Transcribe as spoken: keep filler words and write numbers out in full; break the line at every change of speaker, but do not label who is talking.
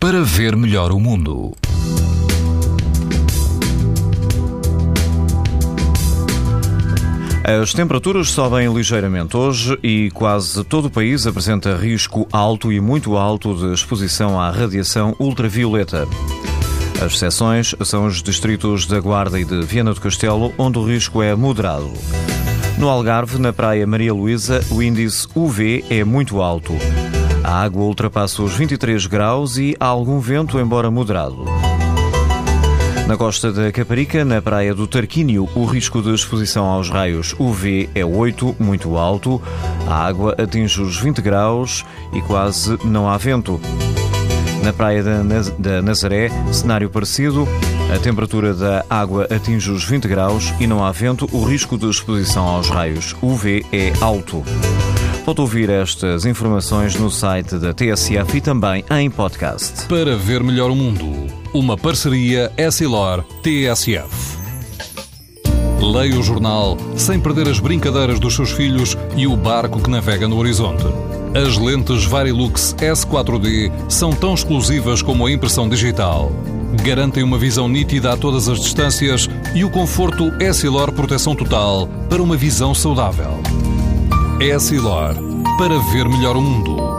para ver melhor o mundo. As temperaturas sobem ligeiramente hoje e quase todo o país apresenta risco alto e muito alto de exposição à radiação ultravioleta. As exceções são os distritos da Guarda e de Viana do Castelo, onde o risco é moderado. No Algarve, na praia Maria Luísa, o índice U V é muito alto. A água ultrapassa os vinte e três graus e há algum vento, embora moderado. Na costa da Caparica, na praia do Tarquínio, o risco de exposição aos raios U V é oito, muito alto. A água atinge os vinte graus e quase não há vento. Na praia da Nazaré, cenário parecido, a temperatura da água atinge os vinte graus e não há vento. O risco de exposição aos raios U V é alto. Pode ouvir estas informações no site da T S F e também em podcast.
Para ver melhor o mundo, uma parceria Essilor-T S F. Leia o jornal sem perder as brincadeiras dos seus filhos e o barco que navega no horizonte. As lentes Varilux S quatro D são tão exclusivas como a impressão digital. Garantem uma visão nítida a todas as distâncias e o conforto Essilor Proteção Total para uma visão saudável. Essilor, para ver melhor o mundo.